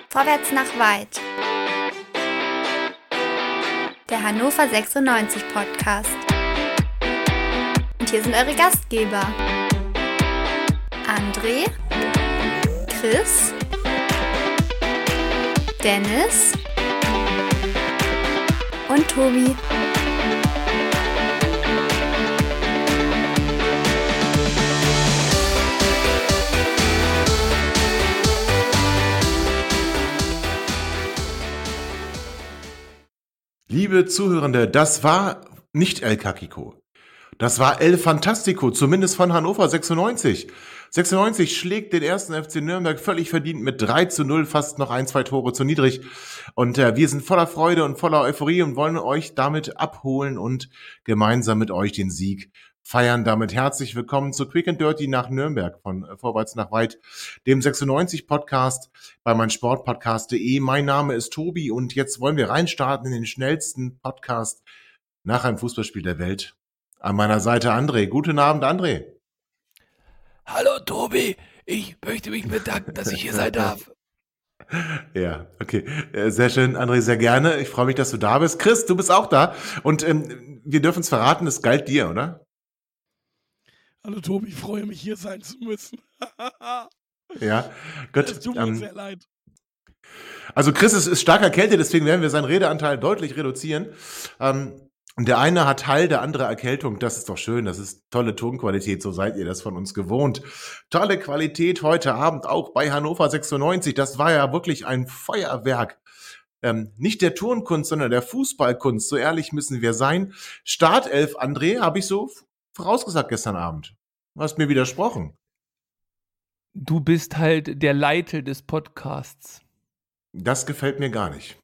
Vorwärts nach weit. Der Hannover 96 Podcast. Und hier sind eure Gastgeber. André, Chris, Dennis und Tobi. Liebe Zuhörende, das war nicht El Kakiko. Das war El Fantastico, zumindest von Hannover 96. 96 schlägt den ersten FC Nürnberg völlig verdient mit 3:0, fast noch 1, 2 Tore zu niedrig. Und wir sind voller Freude und voller Euphorie und wollen euch damit abholen und gemeinsam mit euch den Sieg feiern. Damit herzlich willkommen zu Quick and Dirty nach Nürnberg von Vorwärts nach weit, dem 96-Podcast bei meinsportpodcast.de. Mein Name ist Tobi und jetzt wollen wir reinstarten in den schnellsten Podcast nach einem Fußballspiel der Welt. An meiner Seite André. Guten Abend, André. Hallo Tobi, ich möchte mich bedanken, dass ich hier sein darf. Ja, okay. Sehr schön, André, sehr gerne. Ich freue mich, dass du da bist. Chris, du bist auch da. Und wir dürfen es verraten, es galt dir, oder? Hallo Tobi, ich freue mich, hier sein zu müssen. Ja, gut. Es tut mir sehr leid. Also Chris ist stark erkältet, deswegen werden wir seinen Redeanteil deutlich reduzieren. Und der eine hat Hall, der andere Erkältung. Das ist doch schön, das ist tolle Tonqualität, so seid ihr das von uns gewohnt. Tolle Qualität heute Abend auch bei Hannover 96. Das war ja wirklich ein Feuerwerk. Nicht der Turnkunst, sondern der Fußballkunst, so ehrlich müssen wir sein. Startelf, André, habe ich so vorausgesagt gestern Abend. Du hast mir widersprochen. Du bist halt der Leiter des Podcasts. Das gefällt mir gar nicht.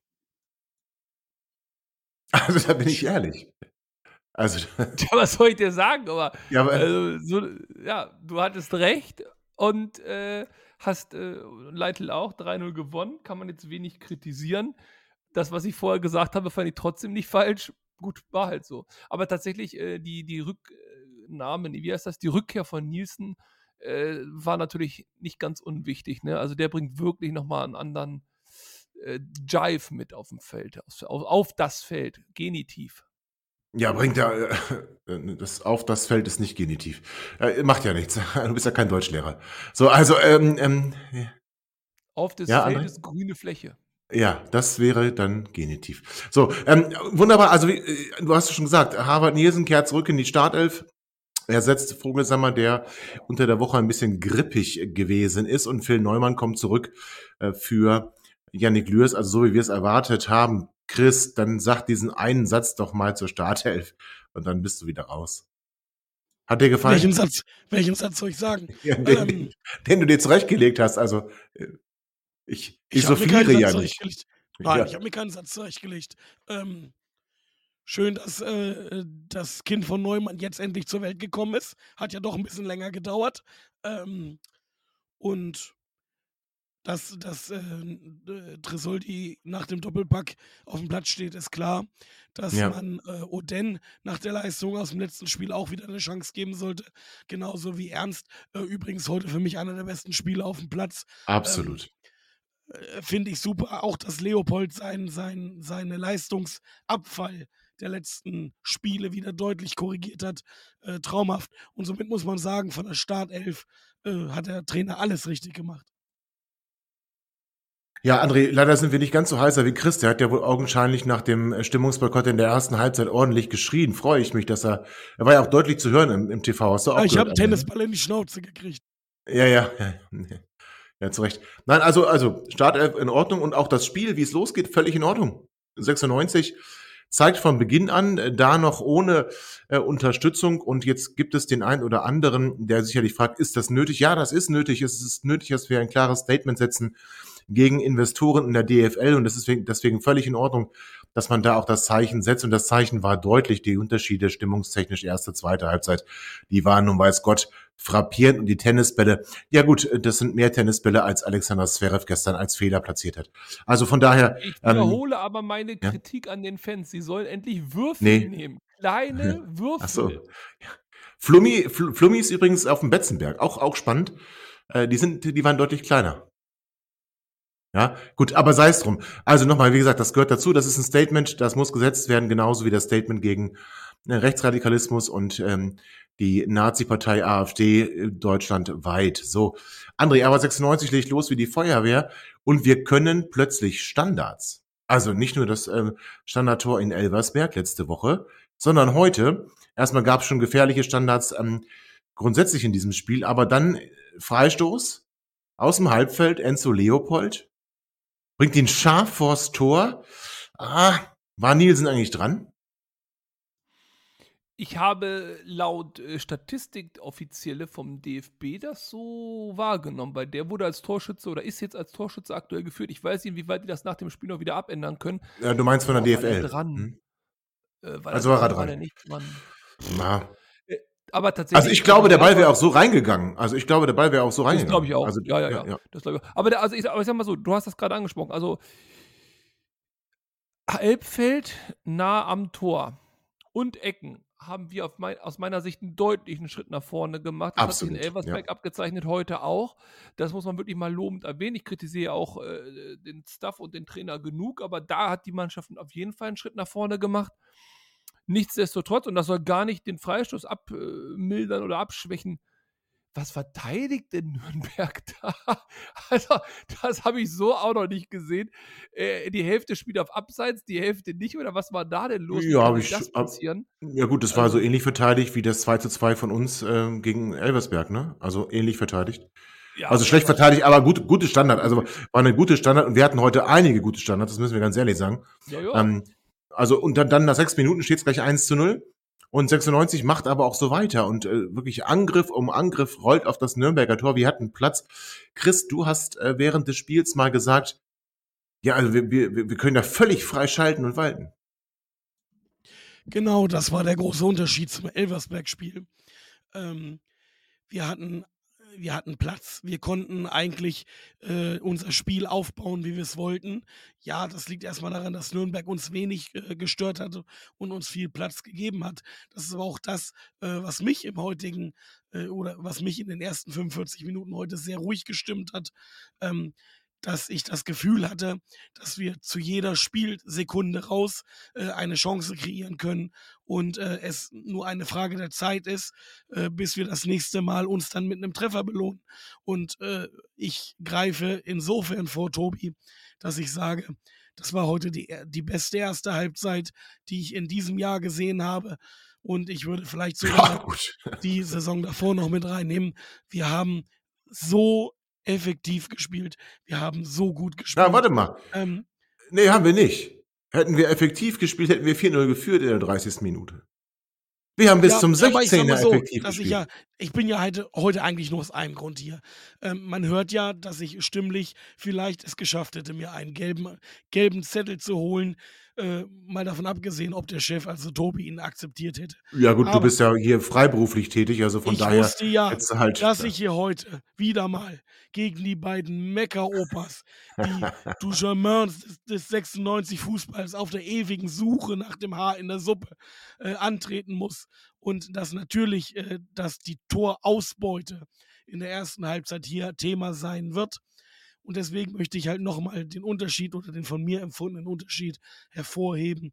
Also da bin ich ehrlich. Also, Ja, was soll ich dir sagen? Aber, ja, aber du hattest recht und hast Leitl auch 3:0 gewonnen. Kann man jetzt wenig kritisieren. Das, was ich vorher gesagt habe, fand ich trotzdem nicht falsch. Gut, war halt so. Aber tatsächlich die Rücknahme, wie heißt das? Die Rückkehr von Nielsen war natürlich nicht ganz unwichtig. Ne? Also der bringt wirklich nochmal einen anderen Jive mit auf dem Feld, auf das Feld, Genitiv. ja, bringt ja, das auf das Feld ist nicht Genitiv. Macht ja nichts. Du bist ja kein Deutschlehrer. So, also, Auf das ja, Feld André? ist grüne Fläche. Ja, das wäre dann Genitiv. So, wunderbar. Also, du hast es schon gesagt, Harvard Nielsen kehrt zurück in die Startelf. Er setzt Vogelsammer, der unter der Woche ein bisschen grippig gewesen ist. Und Phil Neumann kommt zurück für Yannick Lührs, also so wie wir es erwartet haben. Chris, dann sag diesen einen Satz doch mal zur Startelf und dann bist du wieder raus. Hat dir gefallen? Welchen Satz soll ich sagen? Ja, den du dir zurechtgelegt hast. Also ich souffliere ja nicht. Nein, Ja. ich habe mir keinen Satz zurechtgelegt. Schön, dass das Kind von Neumann jetzt endlich zur Welt gekommen ist. Hat ja doch ein bisschen länger gedauert. Und dass Tresoldi nach dem Doppelpack auf dem Platz steht, ist klar. Dass Ja. man Oden nach der Leistung aus dem letzten Spiel auch wieder eine Chance geben sollte. Genauso wie Ernst. Übrigens heute für mich einer der besten Spieler auf dem Platz. Absolut. Finde ich super. Auch, dass Leopold seine Leistungsabfall der letzten Spiele wieder deutlich korrigiert hat. Traumhaft. Und somit muss man sagen, von der Startelf hat der Trainer alles richtig gemacht. Ja, André, leider sind wir nicht ganz so heißer wie Chris. Der hat ja wohl augenscheinlich nach dem Stimmungsboykott in der ersten Halbzeit ordentlich geschrien. Freue ich mich, dass er war ja auch deutlich zu hören im TV. Hast du auch Ich habe gehört, einen André, ne? Tennisball in die Schnauze gekriegt. Ja. Ja, zu Recht. Nein, also Startelf in Ordnung und auch das Spiel, wie es losgeht, völlig in Ordnung. 96 zeigt von Beginn an, da noch ohne Unterstützung und jetzt gibt es den einen oder anderen, der sicherlich fragt, ist das nötig? Ja, das ist nötig. Es ist nötig, dass wir ein klares Statement setzen gegen Investoren in der DFL und das ist deswegen völlig in Ordnung, dass man da auch das Zeichen setzt und das Zeichen war deutlich, die Unterschiede stimmungstechnisch erste, zweite Halbzeit, die waren nun weiß Gott frappierend und die Tennisbälle, ja gut, das sind mehr Tennisbälle als Alexander Zverev gestern als Fehler platziert hat. Also von daher. Ich wiederhole aber meine ja? Kritik an den Fans. Sie sollen endlich Würfel nehmen. Kleine Würfel. Ach so. Ja. Flummi ist übrigens auf dem Betzenberg, auch spannend. Die waren deutlich kleiner. Ja, gut, aber sei es drum. Also nochmal, wie gesagt, das gehört dazu. Das ist ein Statement, das muss gesetzt werden, genauso wie das Statement gegen Rechtsradikalismus und die Nazi-Partei AfD deutschlandweit. So, André, aber 96 legt los wie die Feuerwehr und wir können plötzlich Standards. Also nicht nur das Standardtor in Elversberg letzte Woche, sondern heute. Erstmal gab es schon gefährliche Standards grundsätzlich in diesem Spiel, aber dann Freistoß aus dem Halbfeld, Enzo Leopold bringt ihn scharf vors Tor. War Nielsen eigentlich dran? Ich habe laut Statistik offizielle vom DFB das so wahrgenommen, weil der wurde als Torschütze oder ist jetzt als Torschütze aktuell geführt. Ich weiß nicht, inwieweit die das nach dem Spiel noch wieder abändern können. Ja, du meinst von der Aber war der DFL. dran? War Also der war er dran, war der dran. nicht dran? Na. Äh, Aber Also tatsächlich, ich glaube, der Ball wäre Leopold, auch so reingegangen. das glaube ich auch. Also, Ja, ja, ja, ja. ja. Das glaube ich auch. Aber ich sag mal so, du hast das gerade angesprochen. Also Elbfeld nah am Tor und Ecken haben wir aus meiner Sicht einen deutlichen Schritt nach vorne gemacht. Das hat sich in Absolut, ja. Elversberg abgezeichnet, heute auch. Das muss man wirklich mal lobend erwähnen. Ich kritisiere auch den Staff und den Trainer genug, aber da hat die Mannschaft auf jeden Fall einen Schritt nach vorne gemacht. Nichtsdestotrotz, und das soll gar nicht den Freistoß abmildern oder abschwächen, was verteidigt denn Nürnberg da? Also, das habe ich so auch noch nicht gesehen. Die Hälfte spielt auf Abseits, die Hälfte nicht. Oder was war da denn los? Wie Ja, kann habe denn ich. das passieren? Ja gut, das war so Also, ähnlich verteidigt wie das 2:2 von uns gegen Elversberg, ne? Also ähnlich verteidigt. ja, Also aber das schlecht war verteidigt, schon. aber gute Standard. Also war eine gute Standard und wir hatten heute einige gute Standards, das müssen wir ganz ehrlich sagen. Ja, ja. Also und dann nach 6 Minuten steht es gleich 1:0 und 96 macht aber auch so weiter und wirklich Angriff um Angriff rollt auf das Nürnberger Tor. Wir hatten Platz. Chris, du hast während des Spiels mal gesagt, ja, also wir können da völlig frei schalten und walten. Genau, das war der große Unterschied zum Elversberg-Spiel. Ähm, wir hatten wir hatten Platz. Wir konnten eigentlich, unser Spiel aufbauen, wie wir es wollten. Ja, das liegt erstmal daran, dass Nürnberg uns wenig, gestört hat und uns viel Platz gegeben hat. Das ist aber auch das, was mich im heutigen oder was mich in den ersten 45 Minuten heute sehr ruhig gestimmt hat, ähm, dass ich das Gefühl hatte, dass wir zu jeder Spielsekunde raus, eine Chance kreieren können und, es nur eine Frage der Zeit ist, bis wir das nächste Mal uns dann mit einem Treffer belohnen. Und, ich greife insofern vor, Tobi, dass ich sage, das war heute die beste erste Halbzeit, die ich in diesem Jahr gesehen habe. Und ich würde vielleicht Ja, sogar gut. die Saison davor noch mit reinnehmen. Wir haben so effektiv gespielt. Wir haben so gut Ja, gespielt. warte mal. Ähm, Nee, haben wir nicht. Hätten wir effektiv gespielt, hätten wir 4:0 geführt in der 30. Minute. Wir haben bis Ja, zum aber ich sage 16er mal so, effektiv dass gespielt. ich bin ja heute eigentlich nur aus einem Grund hier. Man hört ja, dass ich stimmlich vielleicht es geschafft hätte, mir einen gelben Zettel zu holen, mal davon abgesehen, ob der Chef, also Tobi, ihn akzeptiert hätte. Ja gut, du Aber bist ja hier freiberuflich tätig, also von ich daher wusste ja, hättest du halt dass ich hier heute wieder mal gegen die beiden Meckeropas, die Duchamins des 96 Fußballs auf der ewigen Suche nach dem Haar in der Suppe, antreten muss und dass natürlich, dass die Torausbeute in der ersten Halbzeit hier Thema sein wird. Und deswegen möchte ich halt noch mal den Unterschied oder den von mir empfundenen Unterschied hervorheben.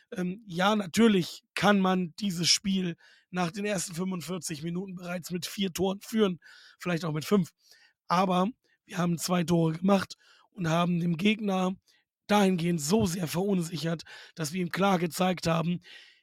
Ja, natürlich kann man dieses Spiel nach den ersten 45 Minuten bereits mit 4 Toren führen, vielleicht auch mit 5. Aber wir haben 2 Tore gemacht und haben dem Gegner dahingehend so sehr verunsichert, dass wir ihm klar gezeigt haben,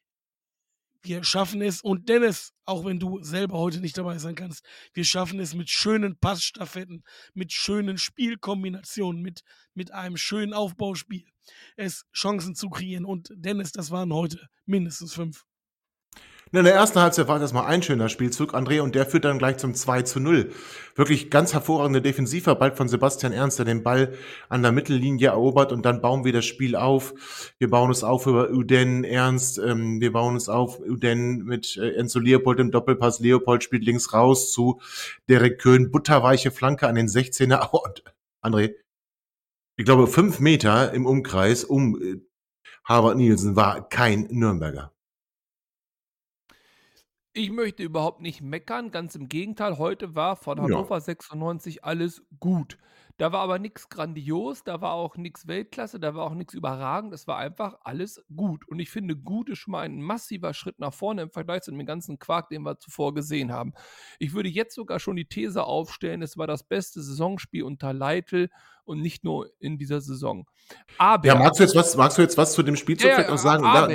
wir schaffen es und Dennis, auch wenn du selber heute nicht dabei sein kannst, wir schaffen es mit schönen Passstaffetten, mit schönen Spielkombinationen, mit einem schönen Aufbauspiel, es Chancen zu kreieren. Und Dennis, das waren heute mindestens 5. in der ersten Halbzeit war das mal ein schöner Spielzug, André, und der führt dann gleich zum 2:0. Wirklich ganz hervorragende Defensivarbeit von Sebastian Ernst, der den Ball an der Mittellinie erobert und dann bauen wir das Spiel auf. Wir bauen es auf über Uden Ernst, wir bauen es auf Uden mit Enzo Leopold im Doppelpass. Leopold spielt links raus zu Derek Köhn, butterweiche Flanke an den 16er. Und André, ich glaube 5 Meter im Umkreis um Harvard Nielsen war kein Nürnberger. Ich möchte überhaupt nicht meckern, ganz im Gegenteil. Heute war von Ja. Hannover 96 alles gut. Da war aber nichts grandios, da war auch nichts Weltklasse, da war auch nichts überragend. Es war einfach alles gut. Und ich finde, gut ist schon mal ein massiver Schritt nach vorne im Vergleich zu dem ganzen Quark, den wir zuvor gesehen haben. Ich würde jetzt sogar schon die These aufstellen, es war das beste Saisonspiel unter Leitl und nicht nur in dieser Saison. Aber Ja, magst du jetzt was zu dem Spielzug vielleicht auch sagen? aber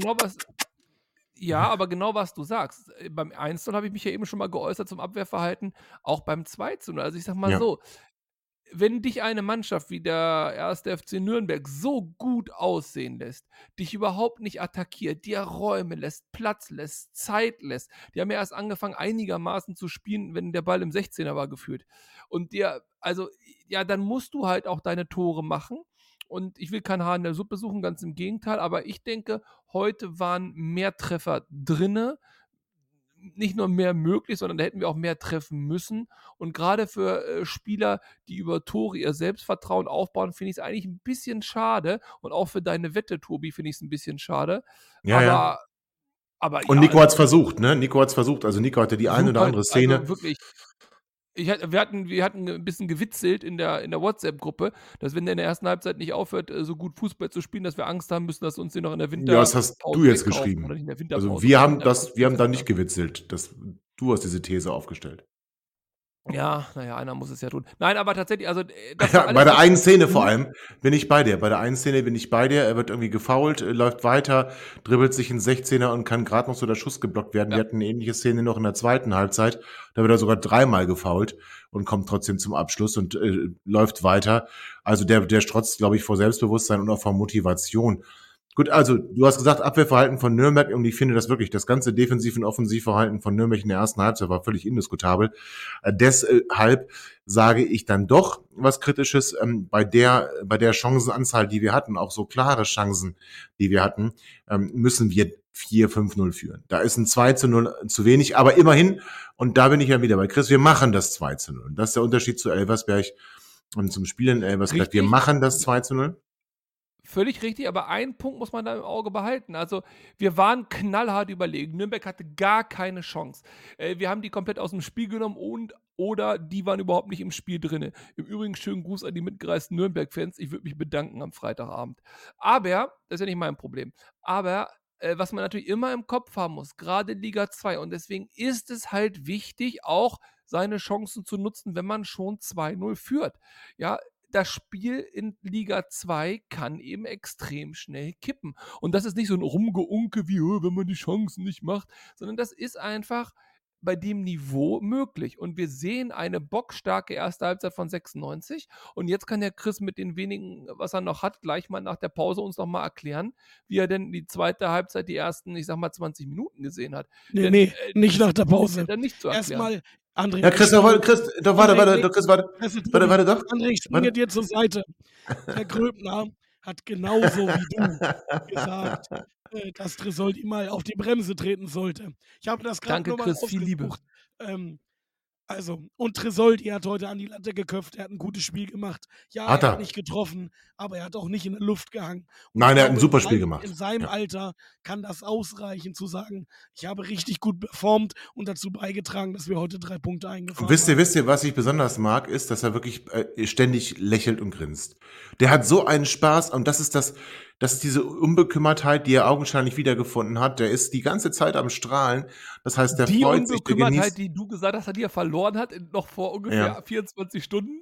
genau was du sagst. Beim 1:0 habe ich mich ja eben schon mal geäußert zum Abwehrverhalten, auch beim 2:0. Also ich sag mal Ja. so, wenn dich eine Mannschaft wie der 1. FC Nürnberg so gut aussehen lässt, dich überhaupt nicht attackiert, dir Räume lässt, Platz lässt, Zeit lässt, die haben ja erst angefangen einigermaßen zu spielen, wenn der Ball im 16er war geführt. Und dann musst du halt auch deine Tore machen. Und ich will kein Haar in der Suppe suchen, ganz im Gegenteil, aber ich denke, heute waren mehr Treffer drinne, nicht nur mehr möglich, sondern da hätten wir auch mehr treffen müssen. Und gerade für Spieler, die über Tore ihr Selbstvertrauen aufbauen, finde ich es eigentlich ein bisschen schade. Und auch für deine Wette, Tobi, finde ich es ein bisschen schade. Ja. Aber Und ja, Nico hat es versucht, ne? Nico hatte die eine oder super, andere Szene. also wirklich. Wir hatten ein bisschen gewitzelt in der WhatsApp-Gruppe, dass wenn der in der ersten Halbzeit nicht aufhört, so gut Fußball zu spielen, dass wir Angst haben müssen, dass uns den noch in der Ja, Winterpause das hast du jetzt wegkaufen. geschrieben. Oder nicht in der Winterpause. Also wir haben da nicht gewitzelt. Du hast diese These aufgestellt. Ja, naja, einer muss es ja tun. Nein, aber tatsächlich, also das war alles Bei der nicht- einen Szene vor allem bin ich bei dir. Bei der einen Szene bin ich bei dir. Er wird irgendwie gefoult, läuft weiter, dribbelt sich in 16er und kann gerade noch so der Schuss geblockt werden. Ja. Wir hatten eine ähnliche Szene noch in der zweiten Halbzeit. Da wird er sogar 3-mal gefoult und kommt trotzdem zum Abschluss und läuft weiter. Also der strotzt, glaube ich, vor Selbstbewusstsein und auch vor Motivation. Gut, also du hast gesagt, Abwehrverhalten von Nürnberg, und ich finde das wirklich, das ganze Defensiv- und Offensivverhalten von Nürnberg in der ersten Halbzeit war völlig indiskutabel. Deshalb sage ich dann doch was Kritisches bei der Chancenanzahl, die wir hatten, auch so klare Chancen, die wir hatten, müssen wir 4-5-0 führen. Da ist ein 2-0 zu wenig, aber immerhin, und da bin ich ja wieder bei Chris, wir machen das 2-0. Das ist der Unterschied zu Elversberg und zum Spiel in Elversberg. Richtig. Wir machen das 2-0. Völlig richtig, aber einen Punkt muss man da im Auge behalten. Also wir waren knallhart überlegen. Nürnberg hatte gar keine Chance. Wir haben die komplett aus dem Spiel genommen oder die waren überhaupt nicht im Spiel drin. Im Übrigen schönen Gruß an die mitgereisten Nürnberg-Fans. Ich würde mich bedanken am Freitagabend. Aber, das ist ja nicht mein Problem, aber was man natürlich immer im Kopf haben muss, gerade Liga 2, und deswegen ist es halt wichtig, auch seine Chancen zu nutzen, wenn man schon 2-0 führt. Ja, das Spiel in Liga 2 kann eben extrem schnell kippen. Und das ist nicht so ein Rumgeunke wie, wenn man die Chancen nicht macht, sondern das ist einfach bei dem Niveau möglich. Und wir sehen eine bockstarke erste Halbzeit von 96. Und jetzt kann der Chris mit den wenigen, was er noch hat, gleich mal nach der Pause uns noch mal erklären, wie er denn die zweite Halbzeit, die ersten, ich sag mal 20 Minuten gesehen hat. Nee, nicht nach der Pause. Dann nicht zu erklären. Erstmal, André. Ja, Chris, warte, Chris, warte doch. André, ich springe dir zur Seite. Herr Gröbner hat genauso wie du gesagt, dass Tresoldi mal auf die Bremse treten sollte. Ich habe das gerade Danke, nochmal Chris, viel Liebe. ausgesucht. Und Tresoldi hat heute an die Latte geköpft, er hat ein gutes Spiel gemacht. Ja, Hat er er. hat nicht getroffen, aber er hat auch nicht in der Luft gehangen. Und Nein, ich er hat ein glaube, super in Spiel seinem- gemacht. In seinem Ja. Alter kann das ausreichen, zu sagen, ich habe richtig gut performt und dazu beigetragen, dass wir heute 3 Punkte eingefahren Und wisst haben. ihr, was ich besonders mag, ist, dass er wirklich ständig lächelt und grinst. Der hat so einen Spaß, und das ist diese Unbekümmertheit, die er augenscheinlich wiedergefunden hat. Der ist die ganze Zeit am Strahlen. Das heißt, der Die freut sich, der Unbekümmertheit, genießt. die du gesagt hast, die er verloren hat, noch vor ungefähr Ja. 24 Stunden.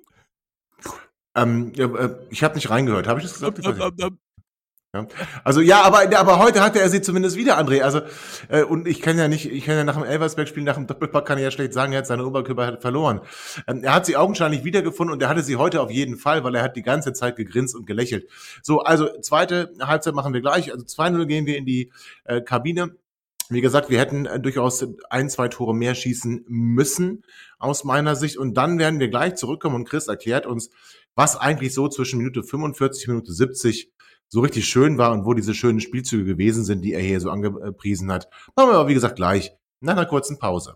Ich habe nicht reingehört. Habe ich das gesagt? Ich weiß nicht. Ja. Also ja, aber heute hatte er sie zumindest wieder, André. Also und ich kann ja nach dem Elversberg-Spiel, nach dem Doppelpack kann ich ja schlecht sagen, er hat seine Oberkörper verloren. Er hat sie augenscheinlich wiedergefunden und er hatte sie heute auf jeden Fall, weil er hat die ganze Zeit gegrinst und gelächelt. So, also zweite Halbzeit machen wir gleich. Also 2-0 gehen wir in die Kabine. Wie gesagt, wir hätten durchaus 1-2 Tore mehr schießen müssen, aus meiner Sicht. Und dann werden wir gleich zurückkommen und Chris erklärt uns, was eigentlich so zwischen Minute 45, Minute 70 so richtig schön war und wo diese schönen Spielzüge gewesen sind, die er hier so angepriesen hat. Machen wir aber, wie gesagt, gleich nach einer kurzen Pause.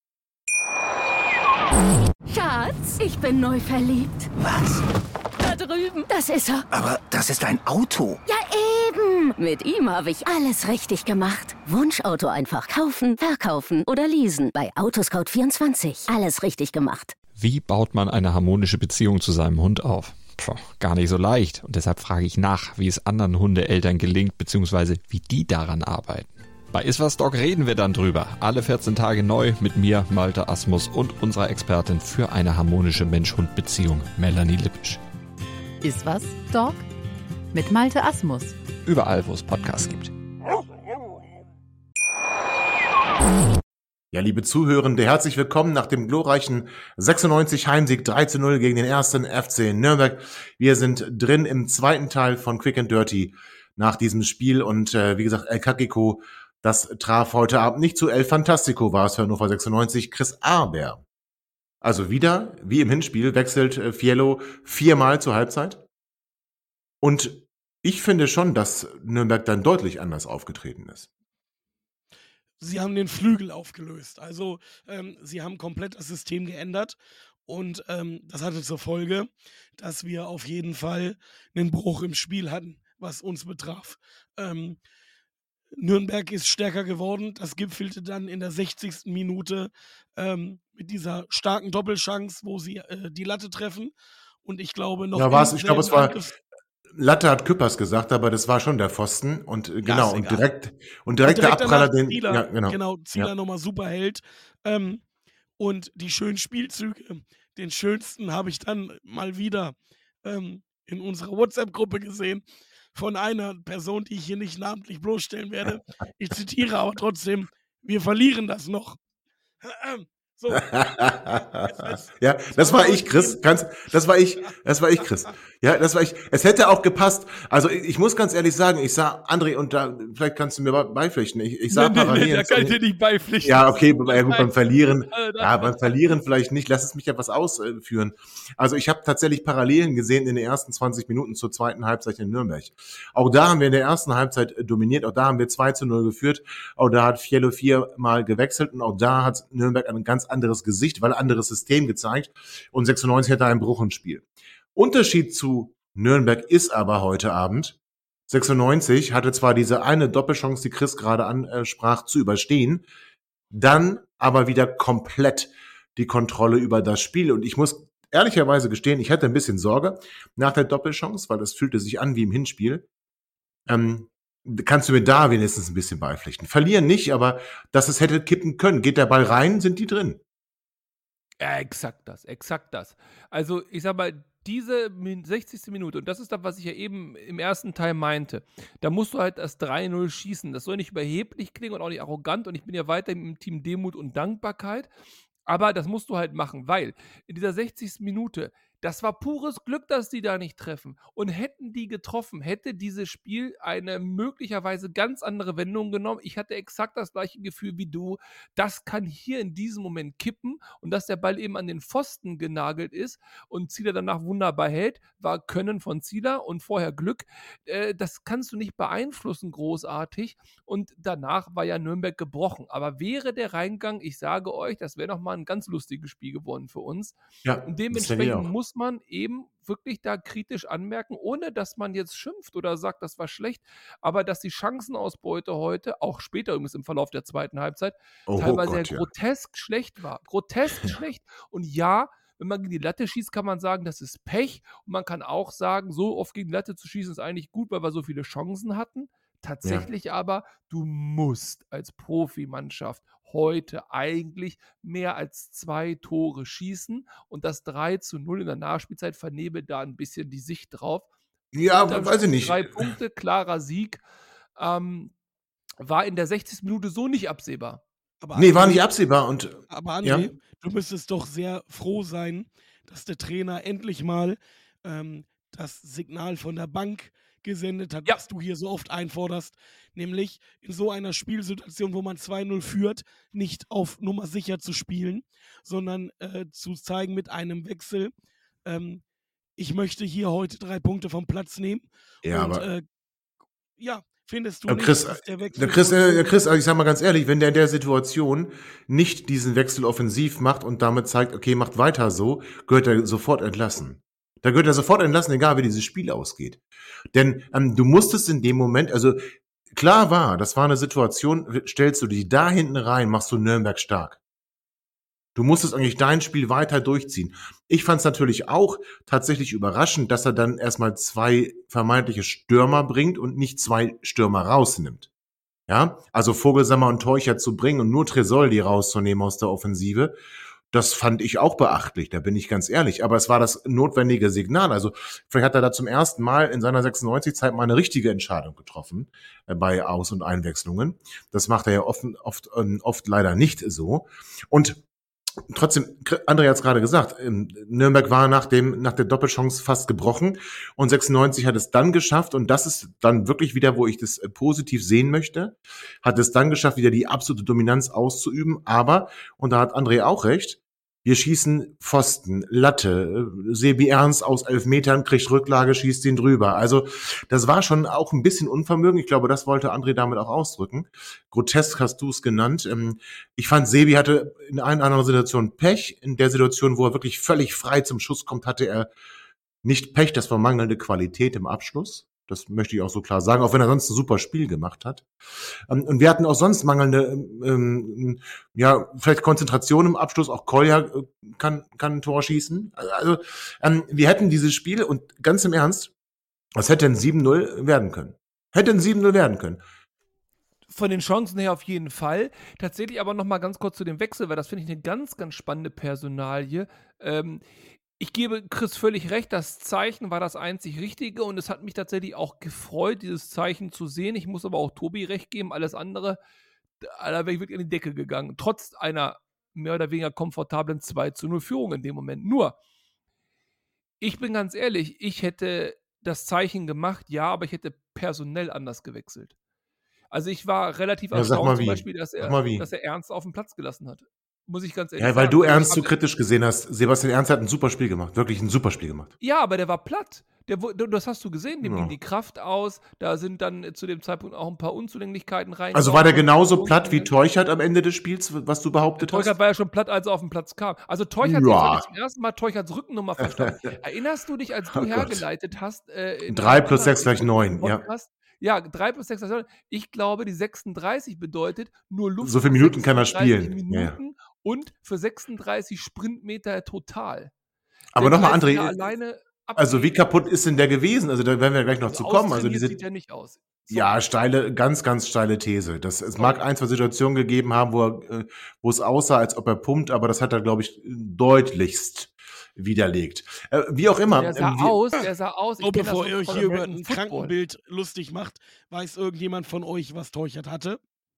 Schatz, ich bin neu verliebt. Was? Da drüben. Das ist er. Aber das ist ein Auto. Ja, eben. Mit ihm habe ich alles richtig gemacht. Wunschauto einfach kaufen, verkaufen oder leasen. Bei Autoscout24. Alles richtig gemacht. Wie baut man eine harmonische Beziehung zu seinem Hund auf? Gar nicht so leicht. Und deshalb frage ich nach, wie es anderen Hundeeltern gelingt, beziehungsweise wie die daran arbeiten. Bei Iswas Dog reden wir dann drüber. Alle 14 Tage neu mit mir, Malte Asmus und unserer Expertin für eine harmonische Mensch-Hund-Beziehung, Melanie Lippisch. Iswas Dog mit Malte Asmus. Überall, wo es Podcasts gibt. Ja, liebe Zuhörende, herzlich willkommen nach dem glorreichen 96 Heimsieg 3:0 gegen den ersten FC Nürnberg. Wir sind drin im zweiten Teil von Quick and Dirty nach diesem Spiel und wie gesagt, El Kakiko, das traf heute Abend nicht zu El Fantastico, war es für Hannover 96, Chris Aber. Also wieder, wie im Hinspiel, wechselt Fiello 4-mal zur Halbzeit. Und ich finde schon, dass Nürnberg dann deutlich anders aufgetreten ist. Sie haben den Flügel aufgelöst. Also sie haben komplett das System geändert und das hatte zur Folge, dass wir auf jeden Fall einen Bruch im Spiel hatten, was uns betraf. Nürnberg ist stärker geworden. Das gipfelte dann in der 60. Minute mit dieser starken Doppelchance, wo sie die Latte treffen. Und ich glaube noch... Ja, ich glaube, es war... Latte hat Küppers gesagt, aber das war schon der Pfosten und genau, ja, und direkt der Abpraller, den Zieler, ja, genau. Zieler nochmal super hält. Und die schönen Spielzüge, den schönsten habe ich dann mal wieder in unserer WhatsApp-Gruppe gesehen von einer Person, die ich hier nicht namentlich bloßstellen werde. Ich zitiere aber trotzdem: Wir verlieren das noch. So. Ja, das war ich, Chris. Das war ich, Chris. Ja, das war ich. Es hätte auch gepasst. Also ich muss ganz ehrlich sagen, ich sah André, und da vielleicht kannst du mir beipflichten. Ich sah Parallelen. Da kann ich dir nicht beipflichten. Ja, okay, ja, gut, beim Verlieren vielleicht nicht. Lass es mich etwas ausführen. Also ich habe tatsächlich Parallelen gesehen in den ersten 20 Minuten zur zweiten Halbzeit in Nürnberg. Auch da haben wir in der ersten Halbzeit dominiert. Auch da haben wir 2:0 geführt. Auch da hat Fiello 4-mal gewechselt und auch da hat Nürnberg ein ganz anderes Gesicht, weil ein anderes System gezeigt. Und 96 hatte einen Bruch im Spiel. Unterschied zu Nürnberg ist aber heute Abend, 96 hatte zwar diese eine Doppelchance, die Chris gerade ansprach, zu überstehen, dann aber wieder komplett die Kontrolle über das Spiel. Und ich muss ehrlicherweise gestehen, ich hatte ein bisschen Sorge nach der Doppelchance, weil das fühlte sich an wie im Hinspiel. Kannst du mir da wenigstens ein bisschen beipflichten? Verlieren nicht, aber dass es hätte kippen können. Geht der Ball rein, sind die drin. Ja, exakt das. Also ich sag mal, diese 60. Minute, und das ist das, was ich ja eben im ersten Teil meinte, da musst du halt das 3:0 schießen. Das soll nicht überheblich klingen und auch nicht arrogant, und ich bin ja weiterhin im Team Demut und Dankbarkeit, aber das musst du halt machen, weil in dieser 60. Minute, das war pures Glück, dass die da nicht treffen. Und hätten die getroffen, hätte dieses Spiel eine möglicherweise ganz andere Wendung genommen. Ich hatte exakt das gleiche Gefühl wie du. Das kann hier in diesem Moment kippen, und dass der Ball eben an den Pfosten genagelt ist und Zieler danach wunderbar hält, war Können von Zieler und vorher Glück. Das kannst du nicht beeinflussen großartig, und danach war ja Nürnberg gebrochen. Aber wäre der Reingang, ich sage euch, das wäre nochmal ein ganz lustiges Spiel geworden für uns. Ja, und dementsprechend muss man eben wirklich da kritisch anmerken, ohne dass man jetzt schimpft oder sagt, das war schlecht, aber dass die Chancenausbeute heute, auch später übrigens im Verlauf der zweiten Halbzeit, teilweise grotesk schlecht war. Grotesk schlecht. Und ja, wenn man gegen die Latte schießt, kann man sagen, das ist Pech. Und man kann auch sagen, so oft gegen die Latte zu schießen ist eigentlich gut, weil wir so viele Chancen hatten. Tatsächlich aber, du musst als Profimannschaft heute eigentlich mehr als 2 Tore schießen, und das 3:0 in der Nachspielzeit vernebelt da ein bisschen die Sicht drauf. Ja, weiß ich nicht. 3 Punkte, klarer Sieg, war in der 60. Minute so nicht absehbar. Aber Nee, war nicht absehbar. Aber André, Ja? du müsstest doch sehr froh sein, dass der Trainer endlich mal das Signal von der Bank gesendet hat, Ja. was du hier so oft einforderst, nämlich in so einer Spielsituation, wo man 2:0 führt, nicht auf Nummer sicher zu spielen, sondern zu zeigen mit einem Wechsel, ich möchte hier heute 3 Punkte vom Platz nehmen. Ja, Und aber findest du Aber nicht, Chris, dass der Wechsel... Chris, also ich sag mal ganz ehrlich, wenn der in der Situation nicht diesen Wechsel offensiv macht und damit zeigt, okay, macht weiter so, gehört er sofort entlassen. Da gehört er sofort entlassen, egal wie dieses Spiel ausgeht. Denn du musstest in dem Moment, also klar war, das war eine Situation, stellst du dich da hinten rein, machst du Nürnberg stark. Du musstest eigentlich dein Spiel weiter durchziehen. Ich fand es natürlich auch tatsächlich überraschend, dass er dann erstmal 2 vermeintliche Stürmer bringt und nicht 2 Stürmer rausnimmt. Ja, also Vogelsammer und Teuchert zu bringen und nur Tresoldi rauszunehmen aus der Offensive, das fand ich auch beachtlich, da bin ich ganz ehrlich. Aber es war das notwendige Signal. Also vielleicht hat er da zum ersten Mal in seiner 96-Zeit mal eine richtige Entscheidung getroffen bei Aus- und Einwechslungen. Das macht er ja oft leider nicht so. Und trotzdem, André hat es gerade gesagt, Nürnberg war nach der Doppelchance fast gebrochen und 96 hat es dann geschafft, und das ist dann wirklich wieder, wo ich das positiv sehen möchte, hat es dann geschafft, wieder die absolute Dominanz auszuüben, aber, und da hat André auch recht, wir schießen Pfosten, Latte, Sebi Ernst aus 11 Metern kriegt Rücklage, schießt ihn drüber. Also das war schon auch ein bisschen Unvermögen. Ich glaube, das wollte André damit auch ausdrücken. Grotesk hast du es genannt. Ich fand, Sebi hatte in einer anderen Situation Pech. In der Situation, wo er wirklich völlig frei zum Schuss kommt, hatte er nicht Pech, das war mangelnde Qualität im Abschluss. Das möchte ich auch so klar sagen, auch wenn er sonst ein super Spiel gemacht hat. Und wir hatten auch sonst mangelnde, vielleicht Konzentration im Abschluss. Auch Kolja kann ein Tor schießen. Also wir hätten dieses Spiel, und ganz im Ernst, es hätte ein 7-0 werden können. Von den Chancen her auf jeden Fall. Tatsächlich aber noch mal ganz kurz zu dem Wechsel, weil das finde ich eine ganz, ganz spannende Personalie. Ich gebe Chris völlig recht, das Zeichen war das einzig Richtige und es hat mich tatsächlich auch gefreut, dieses Zeichen zu sehen. Ich muss aber auch Tobi recht geben, alles andere, da wäre ich wirklich in die Decke gegangen. Trotz einer mehr oder weniger komfortablen 2-0 Führung in dem Moment. Nur, ich bin ganz ehrlich, ich hätte das Zeichen gemacht, ja, aber ich hätte personell anders gewechselt. Also ich war relativ erstaunt zum Beispiel, dass er Ernst auf den Platz gelassen hat. Muss ich ganz ehrlich sagen. Ja, weil du Ernst zu kritisch gesehen hast. Sebastian Ernst hat ein super Spiel gemacht. Wirklich ein super Spiel gemacht. Ja, aber der war platt. Das hast du gesehen, dem ging die Kraft aus. Da sind dann zu dem Zeitpunkt auch ein paar Unzulänglichkeiten rein. Also war der genauso platt wie Teuchert am Ende des Spiels, was du behauptet hast? Teuchert war ja schon platt, als er auf den Platz kam. Also Teuchert hat zum ersten Mal Teucherts Rückennummer verstanden. Erinnerst du dich, als du hergeleitet hast? 3 plus 6 gleich 9, ja. Ja, 3 plus 6 gleich 9. Ich glaube, die 36 bedeutet nur Luft. So viele Minuten kann er spielen. Minuten und für 36 Sprintmeter total. Aber nochmal, André, also wie kaputt ist denn der gewesen? Also da werden wir gleich noch zu kommen. Also sieht ja nicht aus. So. Ja, ganz, ganz steile These. Es mag 1, 2 Situationen gegeben haben, wo es aussah, als ob er pumpt, aber das hat er, glaube ich, deutlichst widerlegt. Wie auch immer. Der sah aus. Bevor ihr euch hier über ein Krankenbild lustig macht, weiß irgendjemand von euch, was Teuchert hatte?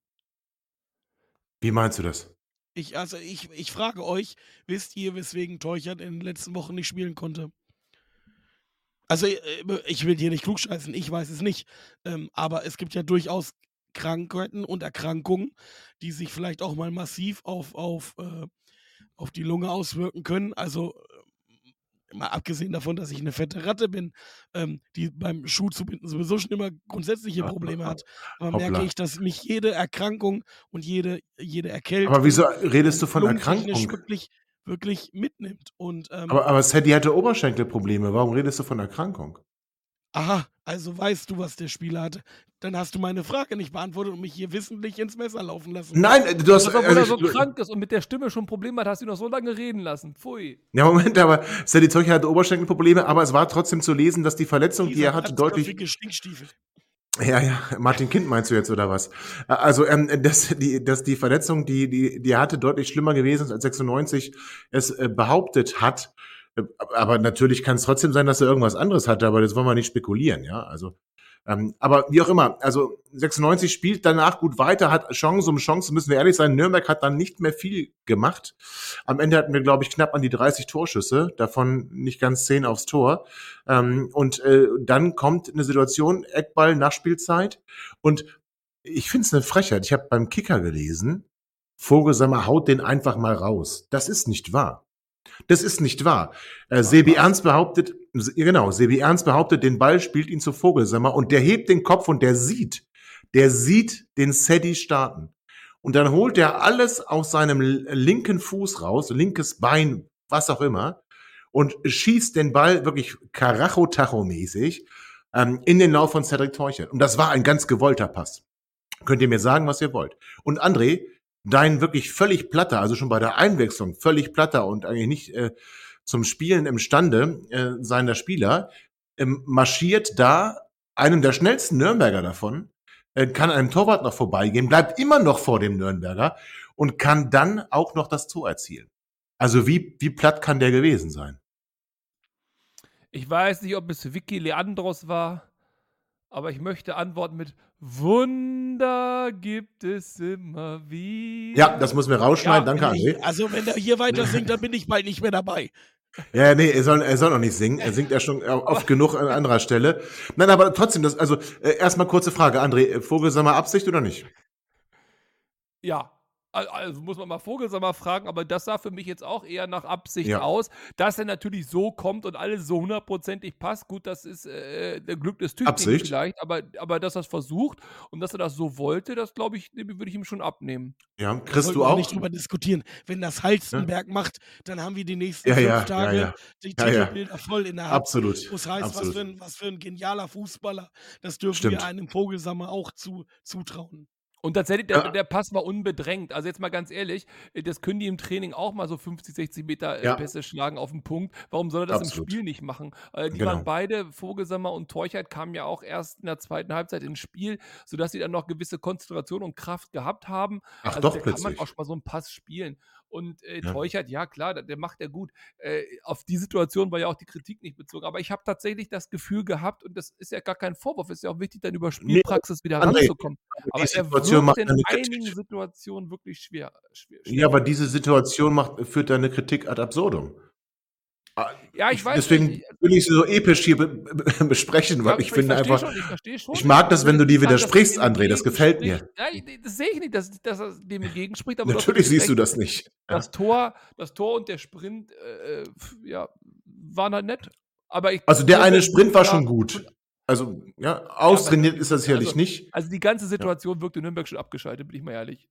Wie meinst du das? Ich frage euch, wisst ihr, weswegen Teuchert in den letzten Wochen nicht spielen konnte? Also ich will hier nicht klugscheißen, ich weiß es nicht. Aber es gibt ja durchaus Krankheiten und Erkrankungen, die sich vielleicht auch mal massiv auf die Lunge auswirken können. Also mal abgesehen davon, dass ich eine fette Ratte bin, die beim Schuh zu binden sowieso schon immer grundsätzliche Probleme hat. Aber merke ich, dass mich jede Erkrankung und jede Erkältung. Aber wieso redest du von Erkrankung? Wirklich mitnimmt. Und, aber Sadie hatte Oberschenkelprobleme. Warum redest du von Erkrankung? Aha, also weißt du, was der Spieler hatte. Dann hast du meine Frage nicht beantwortet und mich hier wissentlich ins Messer laufen lassen. Nein, du hast... Obwohl er so krank ist und mit der Stimme schon Probleme hat, hast du ihn noch so lange reden lassen. Pfui. Ja, Moment, aber Sadie Teuchert hatte Oberschenkelprobleme, aber es war trotzdem zu lesen, dass die Verletzung, die er hatte, deutlich... Stinkstiefel. Ja, Martin Kind meinst du jetzt, oder was? Also, dass die Verletzung, die er hatte, deutlich schlimmer gewesen ist, als 96 es behauptet hat. Aber natürlich kann es trotzdem sein, dass er irgendwas anderes hatte, aber das wollen wir nicht spekulieren, ja. Also, aber wie auch immer, also 96 spielt danach gut weiter, hat Chance um Chance, müssen wir ehrlich sein. Nürnberg hat dann nicht mehr viel gemacht. Am Ende hatten wir, glaube ich, knapp an die 30 Torschüsse, davon nicht ganz 10 aufs Tor. Und dann kommt eine Situation, Eckball, Nachspielzeit. Und ich finde es eine Frechheit. Ich habe beim Kicker gelesen, Vogelsammer haut den einfach mal raus. Das ist nicht wahr. Das ist nicht wahr. Sebi Ernst behauptet, den Ball spielt ihn zu Vogelsammer und der hebt den Kopf und der sieht den Sadie starten. Und dann holt er alles aus seinem linken Fuß raus, linkes Bein, was auch immer, und schießt den Ball wirklich Karacho-Tacho-mäßig in den Lauf von Cedric Teuchert. Und das war ein ganz gewollter Pass. Könnt ihr mir sagen, was ihr wollt. Und André, dein wirklich völlig platter, also schon bei der Einwechslung völlig platter und eigentlich nicht zum Spielen imstande seiner Spieler, marschiert da einem der schnellsten Nürnberger davon, kann einem Torwart noch vorbeigehen, bleibt immer noch vor dem Nürnberger und kann dann auch noch das Tor erzielen. Also wie platt kann der gewesen sein? Ich weiß nicht, ob es Vicky Leandros war, aber ich möchte antworten mit Wunder gibt es immer wieder. Ja, das müssen wir rausschneiden. Danke, André. Also wenn er hier weiter singt, dann bin ich bald nicht mehr dabei. Ja, nee, er soll noch nicht singen. Er singt ja schon oft genug an anderer Stelle. Nein, aber trotzdem, erstmal kurze Frage, André, Vogelsammer Absicht oder nicht? Ja, also muss man mal Vogelsammer fragen, aber das sah für mich jetzt auch eher nach Absicht Ja. aus. Dass er natürlich so kommt und alles so hundertprozentig passt, gut, das ist der Glück des Tüchtigen Absicht. vielleicht, aber dass er es versucht und dass er das so wollte, das glaube ich, würde ich ihm schon abnehmen. Ja, Da Chris, sollten du wir auch? nicht drüber diskutieren. Wenn das Halstenberg macht, dann haben wir die nächsten Ja, 5 ja, Tage ja. die Ja, ja. Titelbilder voll in der Hand. Absolut. Das heißt, Absolut. was für ein genialer Fußballer. Das dürfen Stimmt. wir einem Vogelsammer auch zutrauen. Und tatsächlich, Ja. der Pass war unbedrängt. Also jetzt mal ganz ehrlich, das können die im Training auch mal so 50, 60 Meter Ja. Pässe schlagen auf den Punkt. Warum soll er das Absolut. im Spiel nicht machen? Die Genau. waren beide, Vogelsammer und Teuchert, kamen ja auch erst in der zweiten Halbzeit ins Spiel, sodass sie dann noch gewisse Konzentration und Kraft gehabt haben. Ach Also doch, da kann man plötzlich. auch schon mal so einen Pass spielen. Und Ja. Teuchert, ja klar, der macht er gut. Auf die Situation war ja auch die Kritik nicht bezogen. Aber ich habe tatsächlich das Gefühl gehabt, und das ist ja gar kein Vorwurf, ist ja auch wichtig, dann über Spielpraxis wieder André, ranzukommen. die Aber er Situation wirkt macht in eine Kritik. einigen Situationen wirklich schwer. Ja, aber diese Situation führt deine Kritik ad absurdum. Ja, ich weiß. Deswegen will ich sie so episch hier besprechen, weil Ja, ich finde verstehe einfach, schon, ich verstehe schon. ich mag das, wenn du dir Ich sag, dass widersprichst, dem André, das gefällt mir. entgegenspricht. Ja, das sehe ich nicht, dass er dem entgegenspricht. Aber du hast Natürlich natürlich siehst du recht. das nicht. Ja. Das Tor und der Sprint ja, waren halt nett. Aber Also der eine Sprint war ja, schon gut. Also, ja, austrainiert ist das sicherlich nicht. Also die ganze Situation wirkte Nürnberg schon abgeschaltet, bin ich mal ehrlich.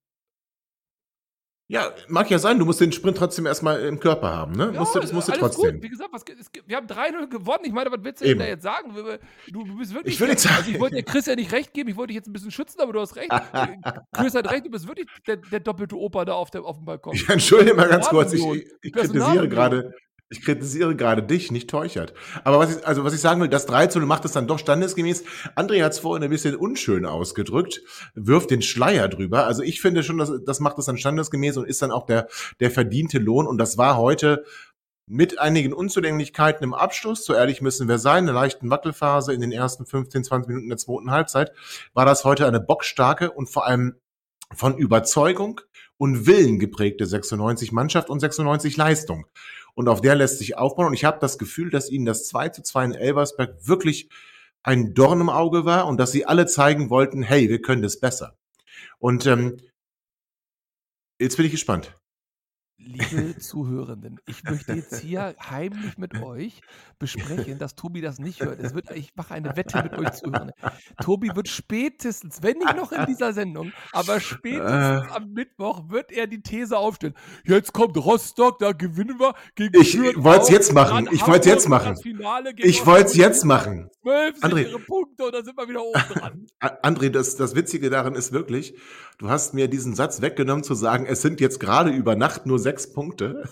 Ja, mag ja sein, du musst den Sprint trotzdem erstmal im Körper haben, ne? Ja, Das musst du alles trotzdem. gut. Wie gesagt, wir haben 3-0 gewonnen. Ich meine, was willst du Eben. denn da jetzt sagen? Du bist wirklich. Ich will nichts Also sagen. ich wollte dir Chris ja nicht recht geben, ich wollte dich jetzt ein bisschen schützen, aber du hast recht. Chris hat recht, du bist wirklich der doppelte Opa da auf dem Balkon. Ich entschuldige mal ganz kurz, Personalunion. ich Personalunion. kritisiere gerade dich, nicht Teuchert. Aber was ich sagen will, das 3-0 macht es dann doch standesgemäß. André hat es vorhin ein bisschen unschön ausgedrückt, wirft den Schleier drüber. Also ich finde schon, das macht es dann standesgemäß und ist dann auch der verdiente Lohn. Und das war heute mit einigen Unzulänglichkeiten im Abschluss, so ehrlich müssen wir sein, einer leichten Wackelphase in den ersten 15, 20 Minuten der zweiten Halbzeit, war das heute eine bockstarke und vor allem von Überzeugung und Willen geprägte 96-Mannschaft und 96 Leistung. Und auf der lässt sich aufbauen. Und ich habe das Gefühl, dass ihnen das 2:2 in Elversberg wirklich ein Dorn im Auge war und dass sie alle zeigen wollten, hey, wir können das besser. Und jetzt bin ich gespannt. Liebe Zuhörenden, ich möchte jetzt hier heimlich mit euch besprechen, dass Tobi das nicht hört. Ich mache eine Wette mit euch Zuhörenden. Tobi wird spätestens, wenn nicht noch in dieser Sendung, aber spätestens am Mittwoch wird er die These aufstellen. Jetzt kommt Rostock, da gewinnen wir gegen Ich Fürth wollte es auch, jetzt machen. dann Ich wollte es jetzt Hamburg machen. das Finale gegen Ich wollte es Osnabrück. jetzt machen. 12 André. sichere Punkte und dann sind wir wieder oben dran. André, das Witzige daran ist wirklich, du hast mir diesen Satz weggenommen zu sagen, es sind jetzt gerade über Nacht nur 6 Punkte.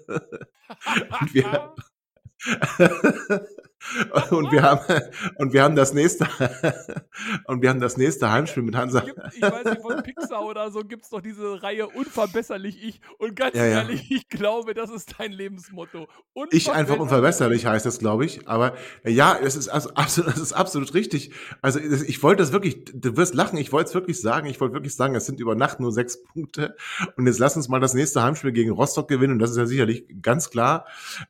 Und wir haben das nächste Heimspiel mit Hansa. Ich weiß nicht, von Pixar oder so gibt es doch diese Reihe Unverbesserlich ich. Und ganz Ja, ja. ehrlich, ich glaube, das ist dein Lebensmotto. Ich einfach unverbesserlich heißt das, glaube ich. Aber ja, es ist absolut richtig. Also ich wollte das wirklich, du wirst lachen, ich wollte wirklich sagen, es sind über Nacht nur 6 Punkte. Und jetzt lass uns mal das nächste Heimspiel gegen Rostock gewinnen. Und das ist ja sicherlich ganz klar.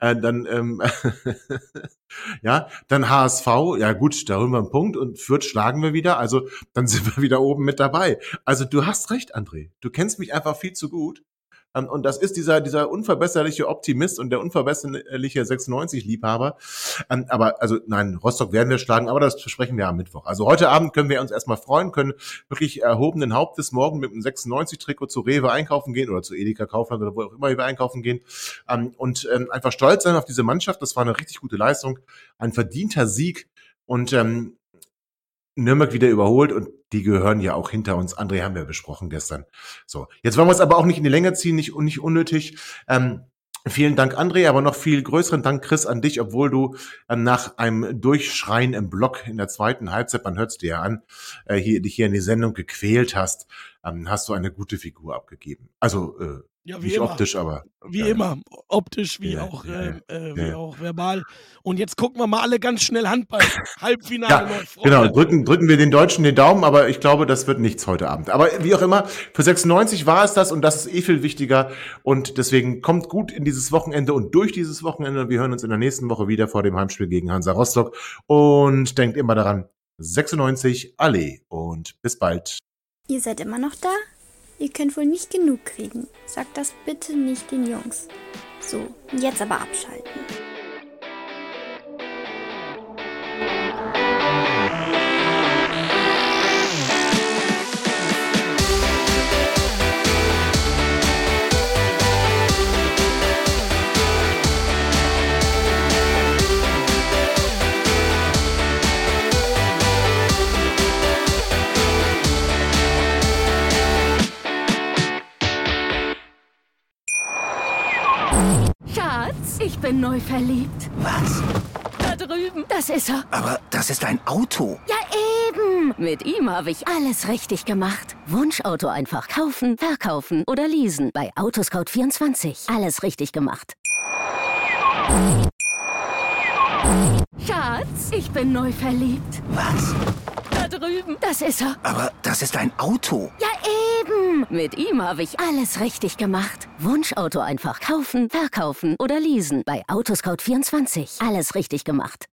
Ja, dann HSV, ja gut, da holen wir einen Punkt und Fürth schlagen wir wieder, also dann sind wir wieder oben mit dabei. Also du hast recht, André, du kennst mich einfach viel zu gut. Und das ist dieser unverbesserliche Optimist und der unverbesserliche 96-Liebhaber. Aber, also nein, Rostock werden wir schlagen, aber das besprechen wir am Mittwoch. Also heute Abend können wir uns erstmal freuen, können wirklich erhobenen Hauptes morgen mit einem 96-Trikot zu Rewe einkaufen gehen oder zu Edeka Kaufland oder wo auch immer wir einkaufen gehen. Und einfach stolz sein auf diese Mannschaft. Das war eine richtig gute Leistung, ein verdienter Sieg und Nürnberg wieder überholt und die gehören ja auch hinter uns. André haben wir besprochen gestern. So, jetzt wollen wir es aber auch nicht in die Länge ziehen, nicht unnötig. Vielen Dank, André, aber noch viel größeren Dank, Chris, an dich, obwohl du nach einem Durchschreien im Block in der zweiten Halbzeit, man hört es dir ja an, dich hier in die Sendung gequält hast, hast du eine gute Figur abgegeben. Also Ja, wie nicht immer. optisch, aber Wie immer. Optisch, wie auch verbal. Und jetzt gucken wir mal alle ganz schnell Handball. Halbfinale läuft. Genau, drücken wir den Deutschen den Daumen, aber ich glaube, das wird nichts heute Abend. Aber wie auch immer, für 96 war es das und das ist viel wichtiger und deswegen kommt gut in dieses Wochenende und durch dieses Wochenende. Wir hören uns in der nächsten Woche wieder vor dem Heimspiel gegen Hansa Rostock und denkt immer daran, 96 alle und bis bald. Ihr seid immer noch da? Ihr könnt wohl nicht genug kriegen. Sagt das bitte nicht den Jungs. So, jetzt aber abschalten. Schatz, ich bin neu verliebt. Was? Da drüben. Das ist er. Aber das ist ein Auto. Ja, eben. Mit ihm habe ich alles richtig gemacht. Wunschauto einfach kaufen, verkaufen oder leasen. Bei Autoscout24. Alles richtig gemacht. Schatz, ich bin neu verliebt. Was? Da drüben. Das ist er. Aber das ist ein Auto. Ja, eben. Mit ihm habe ich alles richtig gemacht. Wunschauto einfach kaufen, verkaufen oder leasen. Bei Autoscout24. Alles richtig gemacht.